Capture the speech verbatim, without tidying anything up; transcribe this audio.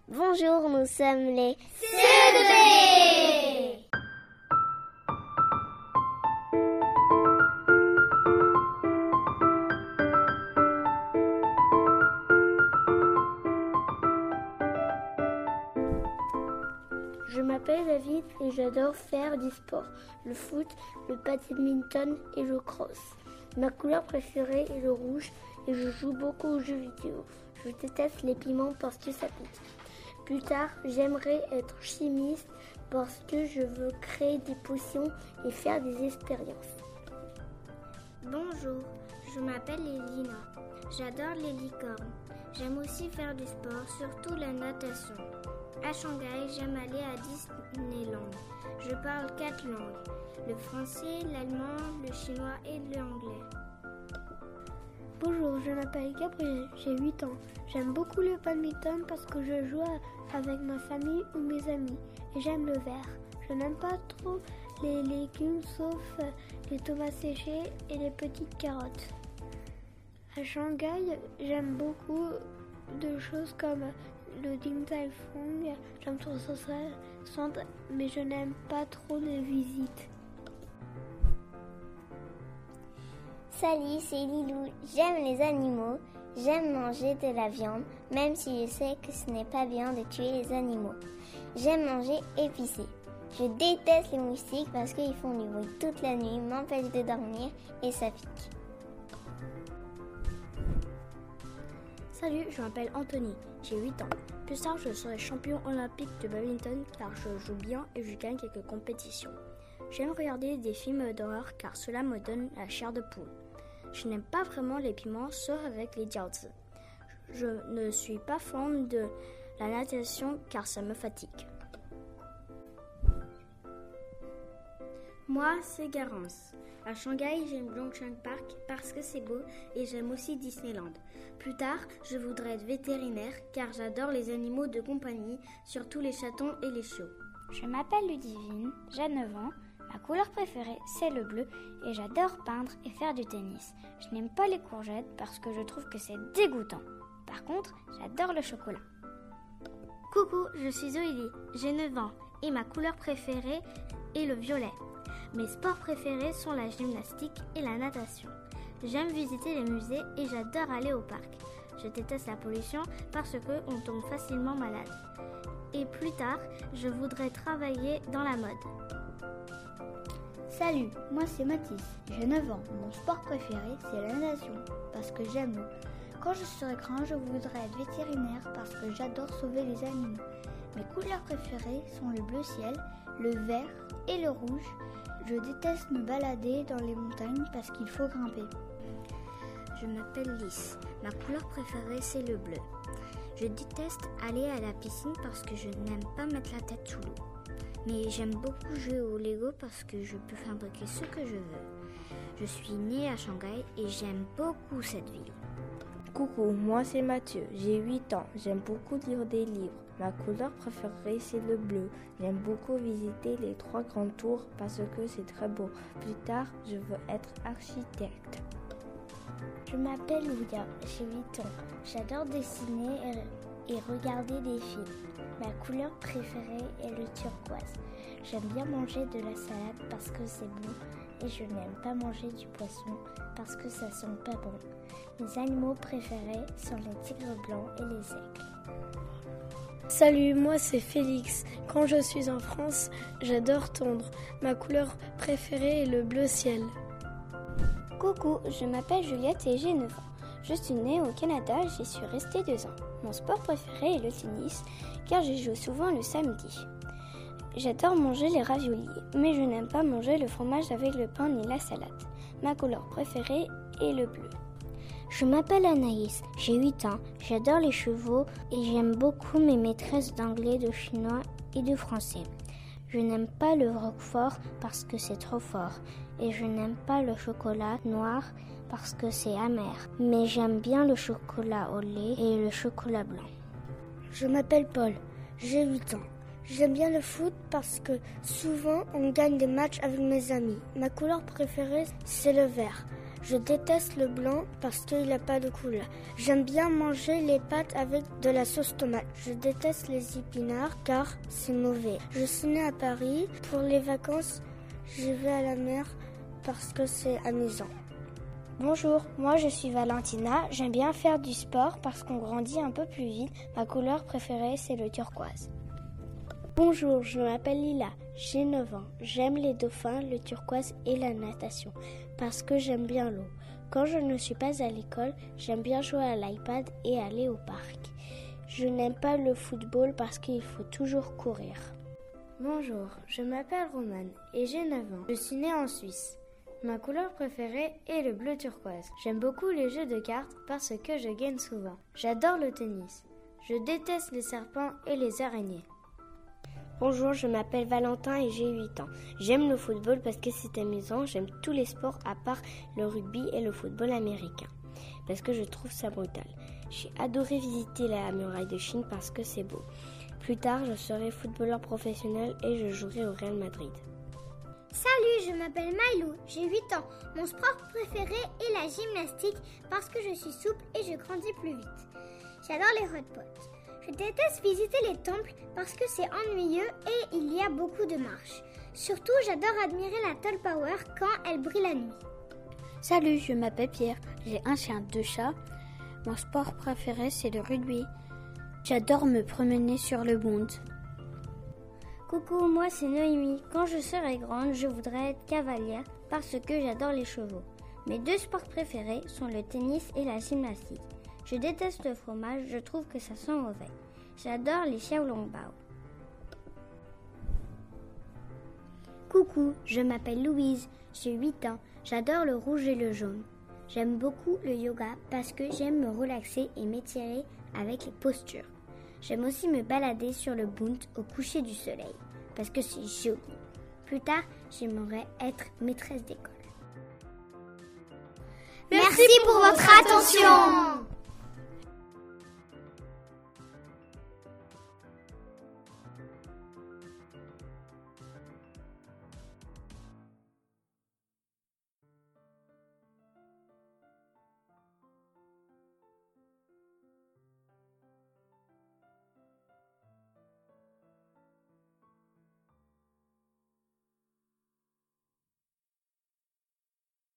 Bonjour, nous sommes les C deux B. Je m'appelle David et j'adore faire du sport, le foot, le badminton et le cross. Ma couleur préférée est le rouge et je joue beaucoup aux jeux vidéo. Je déteste les piments parce que ça pique. Plus tard, j'aimerais être chimiste parce que je veux créer des potions et faire des expériences. Bonjour, je m'appelle Elina. J'adore les licornes. J'aime aussi faire du sport, surtout la natation. À Shanghai, j'aime aller à Disneyland. Je parle quatre langues, le français, l'allemand, le chinois et l'anglais. Bonjour, je m'appelle Gabriel, j'ai huit ans. J'aime beaucoup le badminton parce que je joue avec ma famille ou mes amis. Et j'aime le vert. Je n'aime pas trop les légumes sauf les tomates séchées et les petites carottes. À Shanghai, j'aime beaucoup de choses comme le Din Tai Fung. J'aime trop ça, mais je n'aime pas trop les visites. Salut, c'est Lilou. J'aime les animaux. J'aime manger de la viande, même si je sais que ce n'est pas bien de tuer les animaux. J'aime manger épicé. Je déteste les moustiques parce qu'ils font du bruit toute la nuit, m'empêchent de dormir et ça pique. Salut, je m'appelle Anthony, j'ai huit ans. Plus tard, je serai champion olympique de badminton car je joue bien et je gagne quelques compétitions. J'aime regarder des films d'horreur car cela me donne la chair de poule. Je n'aime pas vraiment les piments, sauf avec les jiaozi. Je ne suis pas fan de la natation car ça me fatigue. Moi, c'est Garance. À Shanghai, j'aime Zhongshan Park parce que c'est beau et j'aime aussi Disneyland. Plus tard, je voudrais être vétérinaire car j'adore les animaux de compagnie, surtout les chatons et les chiots. Je m'appelle Ludivine, j'ai neuf ans. Ma couleur préférée, c'est le bleu et j'adore peindre et faire du tennis. Je n'aime pas les courgettes parce que je trouve que c'est dégoûtant. Par contre, j'adore le chocolat. Coucou, je suis Zoélie, j'ai neuf ans et ma couleur préférée est le violet. Mes sports préférés sont la gymnastique et la natation. J'aime visiter les musées et j'adore aller au parc. Je déteste la pollution parce qu'on tombe facilement malade. Et plus tard, je voudrais travailler dans la mode. Salut, moi c'est Mathis, j'ai neuf ans. Mon sport préféré c'est la natation parce que j'aime l'eau. Quand je serai grand, je voudrais être vétérinaire parce que j'adore sauver les animaux. Mes couleurs préférées sont le bleu ciel, le vert et le rouge. Je déteste me balader dans les montagnes parce qu'il faut grimper. Je m'appelle Lys. Ma couleur préférée c'est le bleu. Je déteste aller à la piscine parce que je n'aime pas mettre la tête sous l'eau. Mais j'aime beaucoup jouer au Lego parce que je peux fabriquer ce que je veux. Je suis née à Shanghai et j'aime beaucoup cette ville. Coucou, moi c'est Mathieu, j'ai huit ans, j'aime beaucoup lire des livres. Ma couleur préférée c'est le bleu. J'aime beaucoup visiter les trois grandes tours parce que c'est très beau. Plus tard, je veux être architecte. Je m'appelle Louia, j'ai huit ans. J'adore dessiner et regarder des films. Ma couleur préférée est le turquoise. J'aime bien manger de la salade parce que c'est bon et je n'aime pas manger du poisson parce que ça sent pas bon. Mes animaux préférés sont les tigres blancs et les aigles. Salut, moi c'est Félix. Quand je suis en France, j'adore tondre. Ma couleur préférée est le bleu ciel. Coucou, je m'appelle Juliette et j'ai neuf ans. Je suis née au Canada, j'y suis restée deux ans. Mon sport préféré est le tennis, car je joue souvent le samedi. J'adore manger les raviolis, mais je n'aime pas manger le fromage avec le pain ni la salade. Ma couleur préférée est le bleu. Je m'appelle Anaïs, j'ai huit ans, j'adore les chevaux et j'aime beaucoup mes maîtresses d'anglais, de chinois et de français. Je n'aime pas le roquefort parce que c'est trop fort et je n'aime pas le chocolat noir parce que c'est amer. Mais j'aime bien le chocolat au lait et le chocolat blanc. Je m'appelle Paul, j'ai huit ans. J'aime bien le foot parce que souvent on gagne des matchs avec mes amis. Ma couleur préférée c'est le vert. Je déteste le blanc parce qu'il n'a pas de couleur. J'aime bien manger les pâtes avec de la sauce tomate. Je déteste les épinards car c'est mauvais. Je suis née à Paris. Pour les vacances, je vais à la mer parce que c'est amusant. Bonjour, moi je suis Valentina. J'aime bien faire du sport parce qu'on grandit un peu plus vite. Ma couleur préférée, c'est le turquoise. Bonjour, je m'appelle Lila. J'ai neuf ans. J'aime les dauphins, le turquoise et la natation parce que j'aime bien l'eau. Quand je ne suis pas à l'école, j'aime bien jouer à l'iPad et aller au parc. Je n'aime pas le football parce qu'il faut toujours courir. Bonjour, je m'appelle Romane et j'ai neuf ans. Je suis née en Suisse. Ma couleur préférée est le bleu turquoise. J'aime beaucoup les jeux de cartes parce que je gagne souvent. J'adore le tennis. Je déteste les serpents et les araignées. Bonjour, je m'appelle Valentin et j'ai huit ans. J'aime le football parce que c'est amusant. J'aime tous les sports à part le rugby et le football américain parce que je trouve ça brutal. J'ai adoré visiter la muraille de Chine parce que c'est beau. Plus tard, je serai footballeur professionnel et je jouerai au Real Madrid. Salut, je m'appelle Maïlou, j'ai huit ans. Mon sport préféré est la gymnastique parce que je suis souple et je grandis plus vite. J'adore les hot pots. Je déteste visiter les temples parce que c'est ennuyeux et il y a beaucoup de marches. Surtout, j'adore admirer la Tall Power quand elle brille la nuit. Salut, je m'appelle Pierre. J'ai un chien, deux chats. Mon sport préféré, c'est le rugby. J'adore me promener sur le bond. Coucou, moi c'est Noémie. Quand je serai grande, je voudrais être cavalière parce que j'adore les chevaux. Mes deux sports préférés sont le tennis et la gymnastique. Je déteste le fromage, je trouve que ça sent mauvais. J'adore les xiaolongbao. Coucou, je m'appelle Louise, j'ai huit ans. J'adore le rouge et le jaune. J'aime beaucoup le yoga parce que j'aime me relaxer et m'étirer avec les postures. J'aime aussi me balader sur le bund au coucher du soleil parce que c'est joli. Plus tard, j'aimerais être maîtresse d'école. Merci pour votre attention.